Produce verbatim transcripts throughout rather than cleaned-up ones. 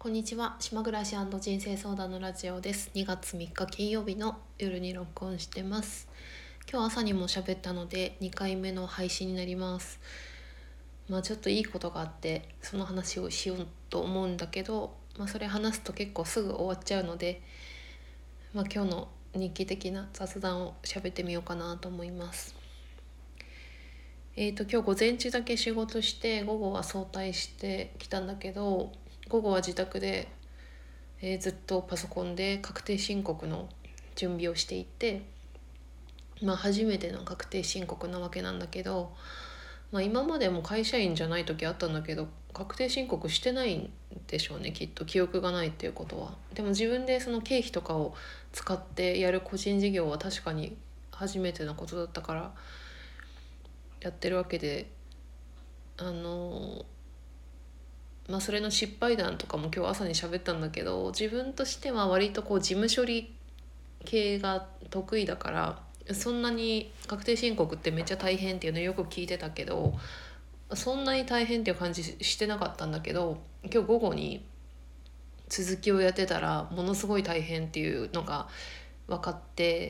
こんにちは。島暮らし人生相談のラジオです。にがつみっか金曜日の夜に録音してます。今日朝にも喋ったのでにかいめの配信になります。まあちょっといいことがあってその話をしようと思うんだけど、まあそれ話すと結構すぐ終わっちゃうので、まあ今日の日記的な雑談を喋ってみようかなと思います。えーと今日午前中だけ仕事して午後は早退してきたんだけど、午後は自宅でえー、ずっとパソコンで確定申告の準備をしていて、まあ、初めての確定申告なわけなんだけど、まあ、今までも会社員じゃない時あったんだけど確定申告してないんでしょうね、きっと記憶がないっていうことは。でも自分でその経費とかを使ってやる個人事業は確かに初めてのことだったからやってるわけで、あのまあ、それの失敗談とかも今日朝に喋ったんだけど、自分としては割とこう事務処理系が得意だから、そんなに確定申告ってめっちゃ大変っていうのよく聞いてたけど、そんなに大変っていう感じしてなかったんだけど、今日午後に続きをやってたらものすごい大変っていうのが分かって、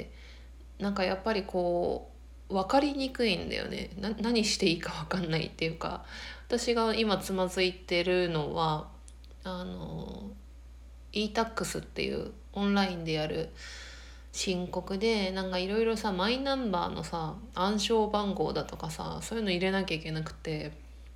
なんかやっぱりこう分かりにくいんだよね。な何していいか分かんないっていうか、私が今つまずいてるのはあの イータックス っていうオンラインでやる申告で、なんかいろいろさマイナンバーのさ暗証番号だとかさ、そういうの入れなきゃいけなくて、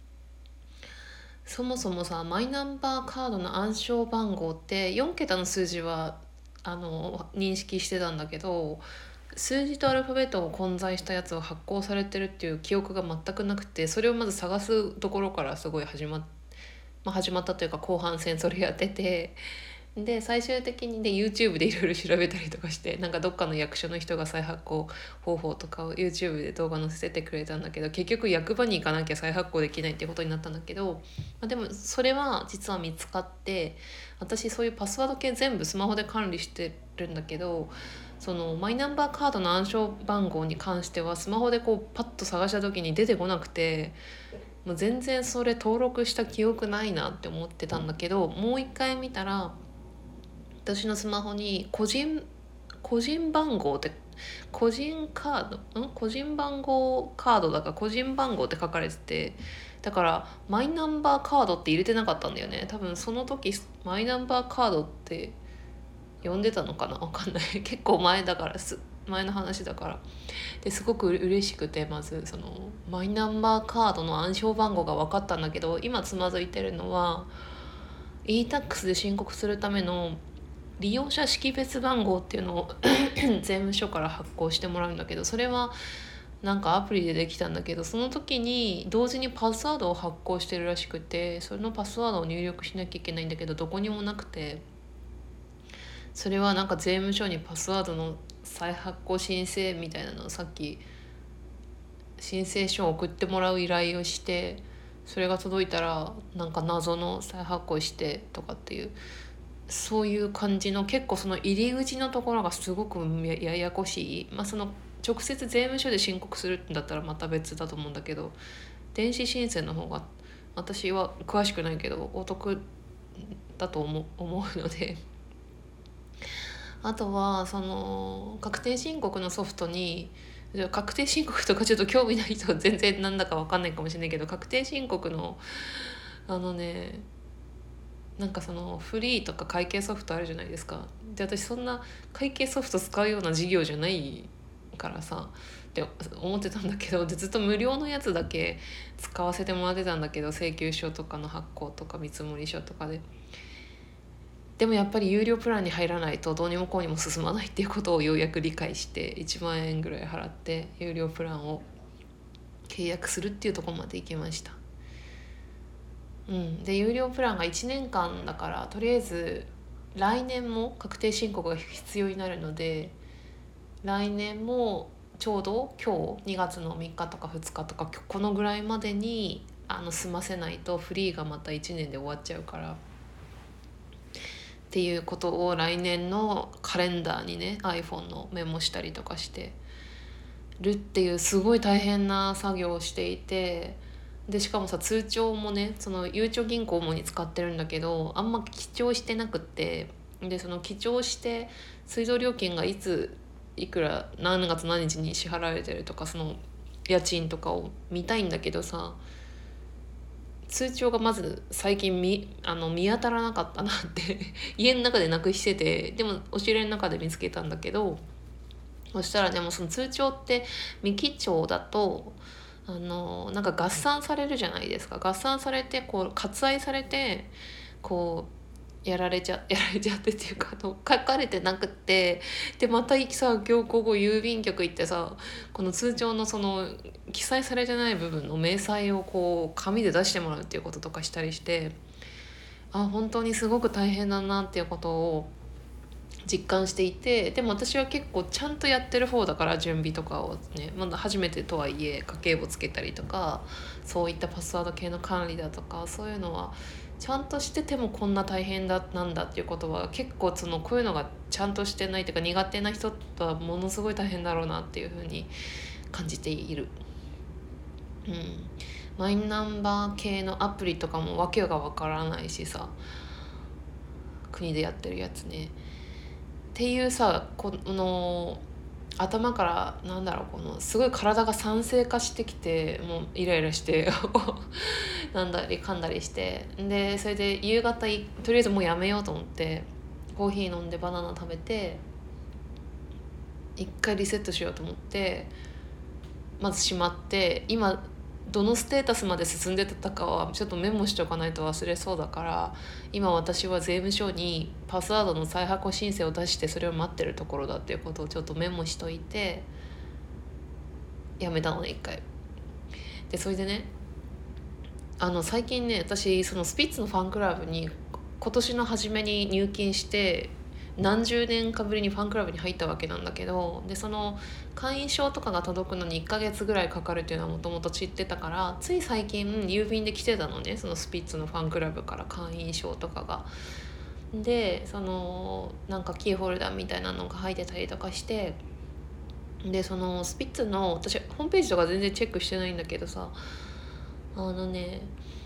そもそもさマイナンバーカードの暗証番号ってよんけたの数字はあの認識してたんだけど、数字とアルファベットが混在したやつを発行されてるっていう記憶が全くなくて、それをまず探すところからすごい始まっ、まあ、始まったというか後半戦それやってて、で最終的にで YouTube でいろいろ調べたりとかして、なんかどっかの役所の人が再発行方法とかを YouTube で動画載せててくれたんだけど、結局役場に行かなきゃ再発行できないっていうことになったんだけど、まあ、でもそれは実は見つかって、私そういうパスワード系全部スマホで管理してるんだけど、そのマイナンバーカードの暗証番号に関してはスマホでこうパッと探した時に出てこなくて、もう全然それ登録した記憶ないなって思ってたんだけど、もう一回見たら私のスマホに個人個人番号って、個人カードん個人番号カードだから個人番号って書かれてて、だからマイナンバーカードって入れてなかったんだよね。多分その時マイナンバーカードって呼んでたのかな、わかんない結構前だからす前の話だから。ですごく嬉しくて、まずそのマイナンバーカードの暗証番号が分かったんだけど、今つまずいてるのは イータックス で申告するための利用者識別番号っていうのを税務署から発行してもらうんだけど、それはなんかアプリでできたんだけど、その時に同時にパスワードを発行してるらしくて、そのパスワードを入力しなきゃいけないんだけどどこにもなくて、それはなんか税務署にパスワードの再発行申請みたいなのをさっき申請書を送ってもらう依頼をして、それが届いたらなんか謎の再発行してとかっていう、そういう感じの結構その入り口のところがすごくややこしい。まあその直接税務署で申告するんだったらまた別だと思うんだけど、電子申請の方が私は詳しくないけどお得だと思う思うので、あとはその確定申告のソフトに、確定申告とかちょっと興味ない人は全然なんだか分かんないかもしれないけど、確定申告のあのね、なんかそのフリーとか会計ソフトあるじゃないですか。で私そんな会計ソフト使うような事業じゃないからさって思ってたんだけど、でずっと無料のやつだけ使わせてもらってたんだけど、請求書とかの発行とか見積書とかで。でもやっぱり有料プランに入らないとどうにもこうにも進まないっていうことをようやく理解して、いちまんえんぐらい払って有料プランを契約するっていうところまで行きました。うん、で有料プランがいちねんかんだから、とりあえず来年も確定申告が必要になるので、来年もちょうど今日にがつのみっかとかふつかとかこのぐらいまでにあの済ませないとフリーがまたいちねんで終わっちゃうからっていうことを来年のカレンダーにね iPhone のメモしたりとかしてるっていうすごい大変な作業をしていて、 でしかもさ通帳もねそのゆうちょ銀行を主に使ってるんだけどあんま記帳してなくって、でその記帳して水道料金がいついくら何月何日に支払われてるとかその家賃とかを見たいんだけどさ、通帳がまず最近見あの見当たらなかったなって家の中でなくしてて、でも押し入れの中で見つけたんだけど、そしたらでもその通帳って未記帳だとあのなんか合算されるじゃないですか。合算されてこう割愛されてこうやられちゃやられちゃってっていうかあの書かれてなくって、でまたさ今日午後郵便局行ってさこの通帳のその記載されてない部分の明細をこう紙で出してもらうっていうこととかしたりして、あ本当にすごく大変だなっていうことを実感していて、でも私は結構ちゃんとやってる方だから準備とかをね、まだ初めてとはいえ家計簿つけたりとかそういったパスワード系の管理だとかそういうのはちゃんとしててもこんな大変だなんだっていうことは結構そのこういうのがちゃんとしてないというか苦手な人はものすごい大変だろうなっていうふうに感じている。うん、マイナンバー系のアプリとかもわけがわからないしさ、国でやってるやつねっていうさこの頭からなんだろうこのすごい体が酸性化してきてもうイライラしてなんだりかんだりして、でそれで夕方いとりあえずもうやめようと思ってコーヒー飲んでバナナ食べて一回リセットしようと思ってまずしまって、今どのステータスまで進んでたかはちょっとメモしておかないと忘れそうだから、今私は税務署にパスワードの再発行申請を出してそれを待ってるところだっていうことをちょっとメモしといてやめたのね一回。でそれでねあの最近ね私そのスピッツのファンクラブに今年の初めに入金して何十年かぶりにファンクラブに入ったわけなんだけど、でその会員証とかが届くのにいっかげつぐらいかかるっていうのはもともと知ってたから、つい最近郵便で来てたのねそのスピッツのファンクラブから会員証とかが。でそのなんかキーホルダーみたいなのが入ってたりとかして、でそのスピッツの私ホームページとか全然チェックしてないんだけどさ、あのね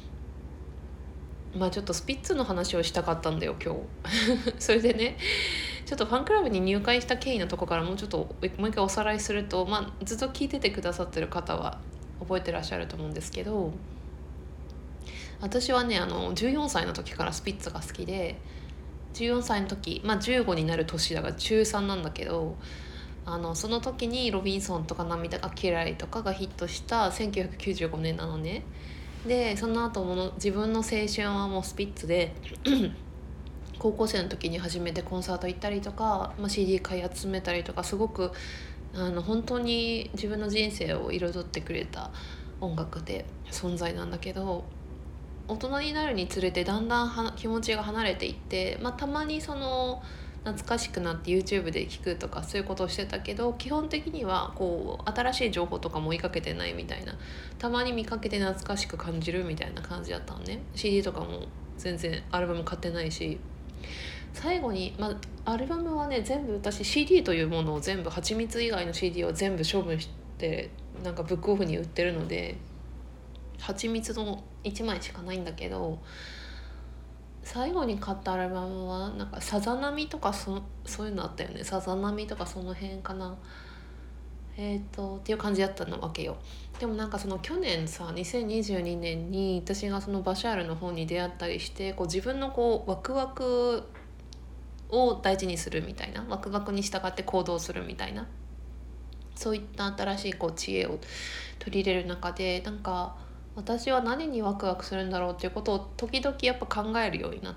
まあちょっとスピッツの話をしたかったんだよ今日それでねちょっとファンクラブに入会した経緯のとこからもうちょっともう一回おさらいすると、まあ、ずっと聞いててくださってる方は覚えてらっしゃると思うんですけど、私はねあのじゅうよんさいの時からスピッツが好きで、じゅうよんさいの時、まあ、じゅうごになる年だからちゅうさんなんだけど、あのその時にロビンソンとか涙が嫌いとかがヒットしたせんきゅうひゃくきゅうじゅうごねんなのね。でその後も自分の青春はもうスピッツで高校生の時に初めてコンサート行ったりとか、まあ、シーディー 買い集めたりとかすごくあの本当に自分の人生を彩ってくれた音楽で存在なんだけど、大人になるにつれてだんだんは気持ちが離れていって、まあ、たまにその懐かしくなって YouTube で聴くとかそういうことをしてたけど、基本的にはこう新しい情報とかも追いかけてないみたいな、たまに見かけて懐かしく感じるみたいな感じだったのね。 シーディー とかも全然アルバム買ってないし、最後に、まあ、アルバムはね全部私 シーディー というものを全部はちみつ以外の シーディー を全部処分してなんかブックオフに売ってるのではちみつのいちまいしかないんだけど、最後に買ったアルバムはなんかさざ波とか そ, そういうのあったよね。さざ波とかその辺かな、えーとっていう感じだったのわけよ。でもなんかその去年さにせんにじゅうにねんに私がそのバシャールの方に出会ったりして、こう自分のこうワクワクを大事にするみたいな、ワクワクに従って行動するみたいな、そういった新しいこう知恵を取り入れる中で、なんか私は何にワクワクするんだろうっていうことを時々やっぱ考えるようになって、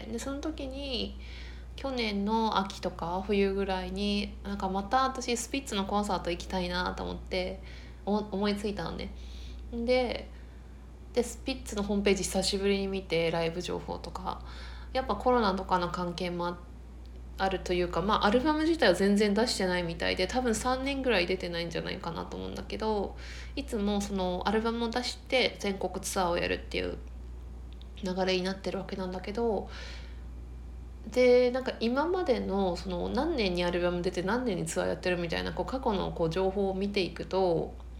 でその時に去年の秋とか冬ぐらいになんかまた私スピッツのコンサート行きたいなと思って思いついたのね。ででスピッツのホームページ久しぶりに見てライブ情報とか、やっぱコロナとかの関係もああるというか、まあアルバム自体は全然出してないみたいで多分さんねんぐらい出てないんじゃないかなと思うんだけど、いつもそのアルバムを出して全国ツアーをやるっていう流れになってるわけなんだけど、でなんか今までのその何年にアルバム出て何年にツアーやってるみたいなこう過去のこう情報を見ていくと、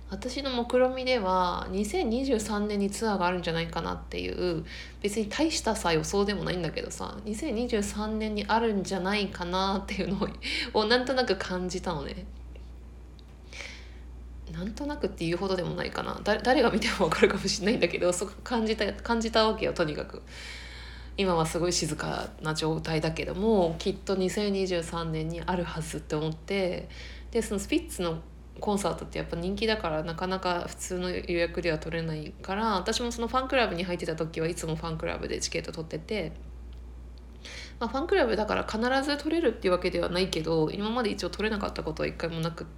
私の目論見ではにせんにじゅうさんねんにツアーがあるんじゃないかなっていう、別に大したさ予想でもないんだけどさ、にせんにじゅうさんねんにあるんじゃないかなっていうのをなんとなく感じたのね。なんとなくっていうほどでもないかな、だ誰が見ても分かるかもしれないんだけど、そう感じた感じたわけよ。とにかく今はすごい静かな状態だけども、きっとにせんにじゅうさんねんにあるはずって思って、でそのスピッツのコンサートってやっぱ人気だから、なかなか普通の予約では取れないから、私もそのファンクラブに入ってた時はいつもファンクラブでチケット取ってて、まあ、ファンクラブだから必ず取れるっていうわけではないけど、今まで一応取れなかったことは一回もなくって、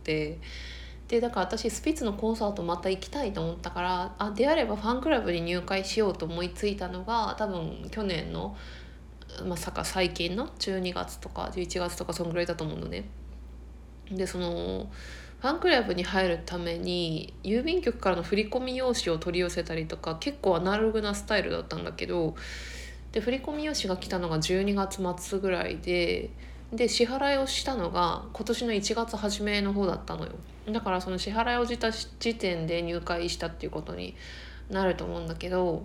でだから私スピッツのコンサートまた行きたいと思ったから、あであればファンクラブに入会しようと思いついたのが多分去年のまさか最近のじゅうにがつとかじゅういちがつとかそんぐらいだと思うのね。でそのファンクラブに入るために郵便局からの振込用紙を取り寄せたりとか、結構アナログなスタイルだったんだけど、で振込用紙が来たのがじゅうにがつ末ぐらいで、で支払いをしたのが今年のいちがつ初めの方だったのよ。だからその支払いをした時点で入会したっていうことになると思うんだけど、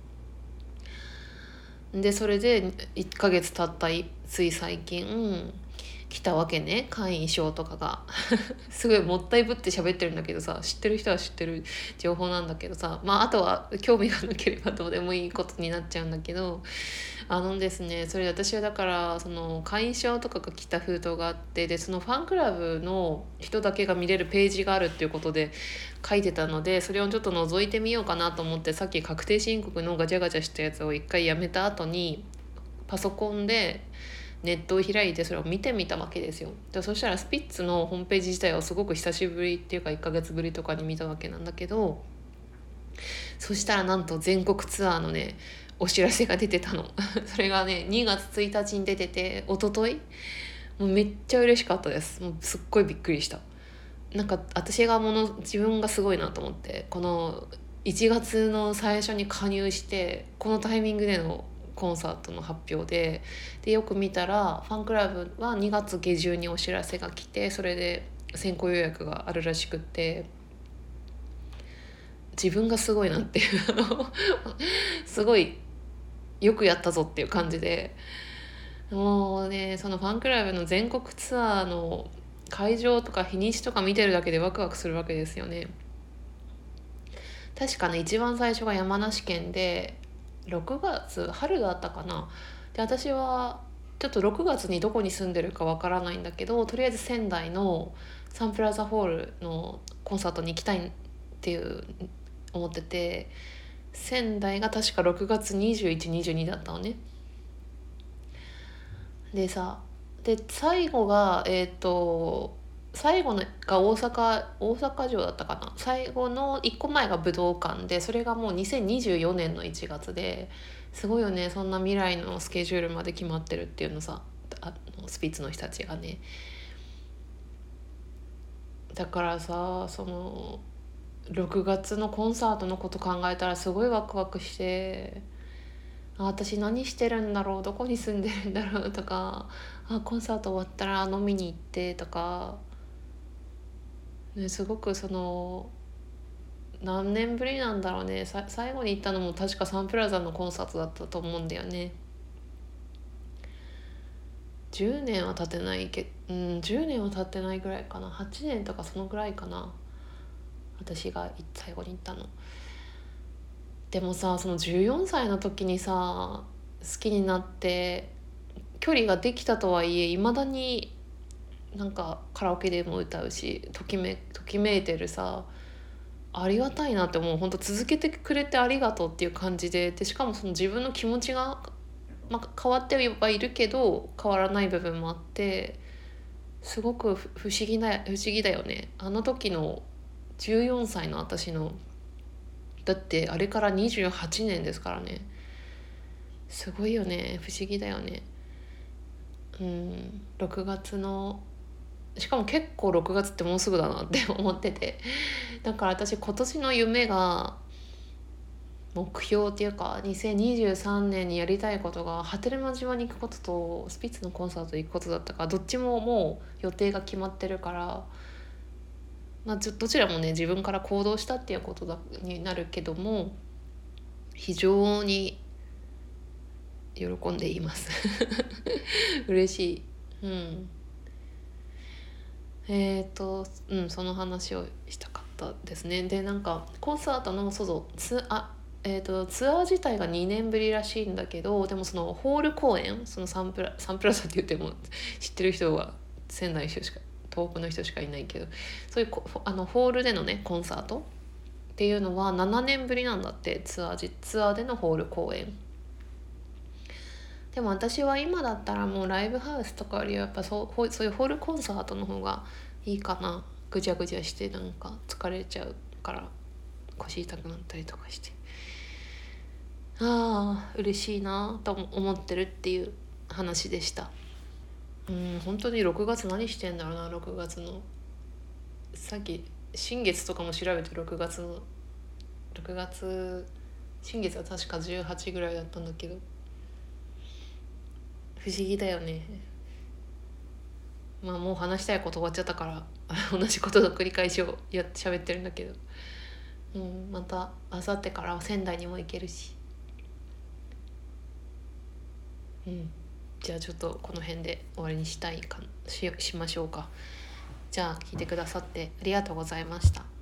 でそれでいっかげつ経ったつい最近来たわけね、会員証とかがすごいもったいぶって喋ってるんだけどさ、知ってる人は知ってる情報なんだけどさ、まああとは興味がなければどうでもいいことになっちゃうんだけど、あのですねそれで私はだからその会員証とかが来た封筒があって、でそのファンクラブの人だけが見れるページがあるっていうことで書いてたので、それをちょっと覗いてみようかなと思って、さっき確定申告のガチャガチャしたやつを一回やめた後にパソコンでネットを開いてそれを見てみたわけですよ。でそしたらスピッツのホームページ自体はすごく久しぶりっていうかいっかげつぶりとかに見たわけなんだけど、そしたらなんと全国ツアーのねお知らせが出てたのそれがねにがつついたちに出てて、一昨日もうめっちゃ嬉しかったです。もうすっごいびっくりした。なんか私がもの自分がすごいなと思って、このいちがつの最初に加入してこのタイミングでのコンサートの発表で、でよく見たらファンクラブはにがつ下旬にお知らせが来て、それで先行予約があるらしくって、自分がすごいなっていうすごいよくやったぞっていう感じで、もうねそのファンクラブの全国ツアーの会場とか日にちとか見てるだけでワクワクするわけですよね。確かね一番最初が山梨県でろくがつ春だったかな。で私はちょっとろくがつにどこに住んでるかわからないんだけど、とりあえず仙台のサンプラザホールのコンサートに行きたいっていう思ってて、仙台が確かろくがつにじゅういち、にじゅうにだったのね。でさで最後がえっ、と最後のが大阪大阪城だったかな。最後のいっこまえが武道館で、それがもうにせんにじゅうよねんのいちがつで、すごいよねそんな未来のスケジュールまで決まってるっていうのさ、あのスピッツの人たちがね。だからさそのろくがつのコンサートのこと考えたらすごいワクワクして、あ私何してるんだろう、どこに住んでるんだろうとか、あコンサート終わったら飲みに行ってとか、ね、すごくその何年ぶりなんだろうね、さ最後に行ったのも確かサンプラザのコンサートだったと思うんだよね。じゅうねんは経ってないけうんじゅうねんは経ってないぐらいかな、はちねんとかそのぐらいかな、私が最後に行ったの。でもさそのじゅうよんさいの時にさ好きになって距離ができたとはいえ、いまだになんかカラオケでも歌うし、ときめときめいてるさ、ありがたいなって思う。本当続けてくれてありがとうっていう感じで、でしかもその自分の気持ちが、まあ、変わってはいるけど変わらない部分もあって、すごく不思議な不思議だよね。あの時のじゅうよんさいの私の、だってあれからにじゅうはちねんですからね。すごいよね、不思議だよね。うんろくがつのしかも結構ろくがつってもうすぐだなって思ってて、だから私今年の夢が、目標っていうかにせんにじゅうさんねんにやりたいことが波照間島に行くこととスピッツのコンサート行くことだったから、どっちももう予定が決まってるから、 まあ、どちらもね自分から行動したっていうことだになるけども、非常に喜んでいます嬉しい。うんえっ、ー、とうんその話をしたかったですね。でなんかコンサートのそうそうツあえー、とツアー自体がにねんぶりらしいんだけど、でもそのホール公演、そのサンプラサンプラザって言っても知ってる人は仙台の人しか遠くの人しかいないけど、そういうあのホールでのねコンサートっていうのはななねんぶりなんだって。ツアーツアーでのホール公演でも私は今だったらもうライブハウスとかよりはやっぱそうそういうホールコンサートの方がいいかな。ぐちゃぐちゃしてなんか疲れちゃうから腰痛くなったりとかして、ああ嬉しいなと思ってるっていう話でした。うん本当にろくがつ何してんだろうな。ろくがつのさっき新月とかも調べて、ろくがつのろくがつ新月は確かじゅうはちぐらいだったんだけど、不思議だよね。まあもう話したいこと終わっちゃったから同じことの繰り返しをや喋ってるんだけど、うん、また明後日からは仙台にも行けるし、うん、じゃあちょっとこの辺で終わりにしたいかししましょうか。じゃあ聞いてくださってありがとうございました。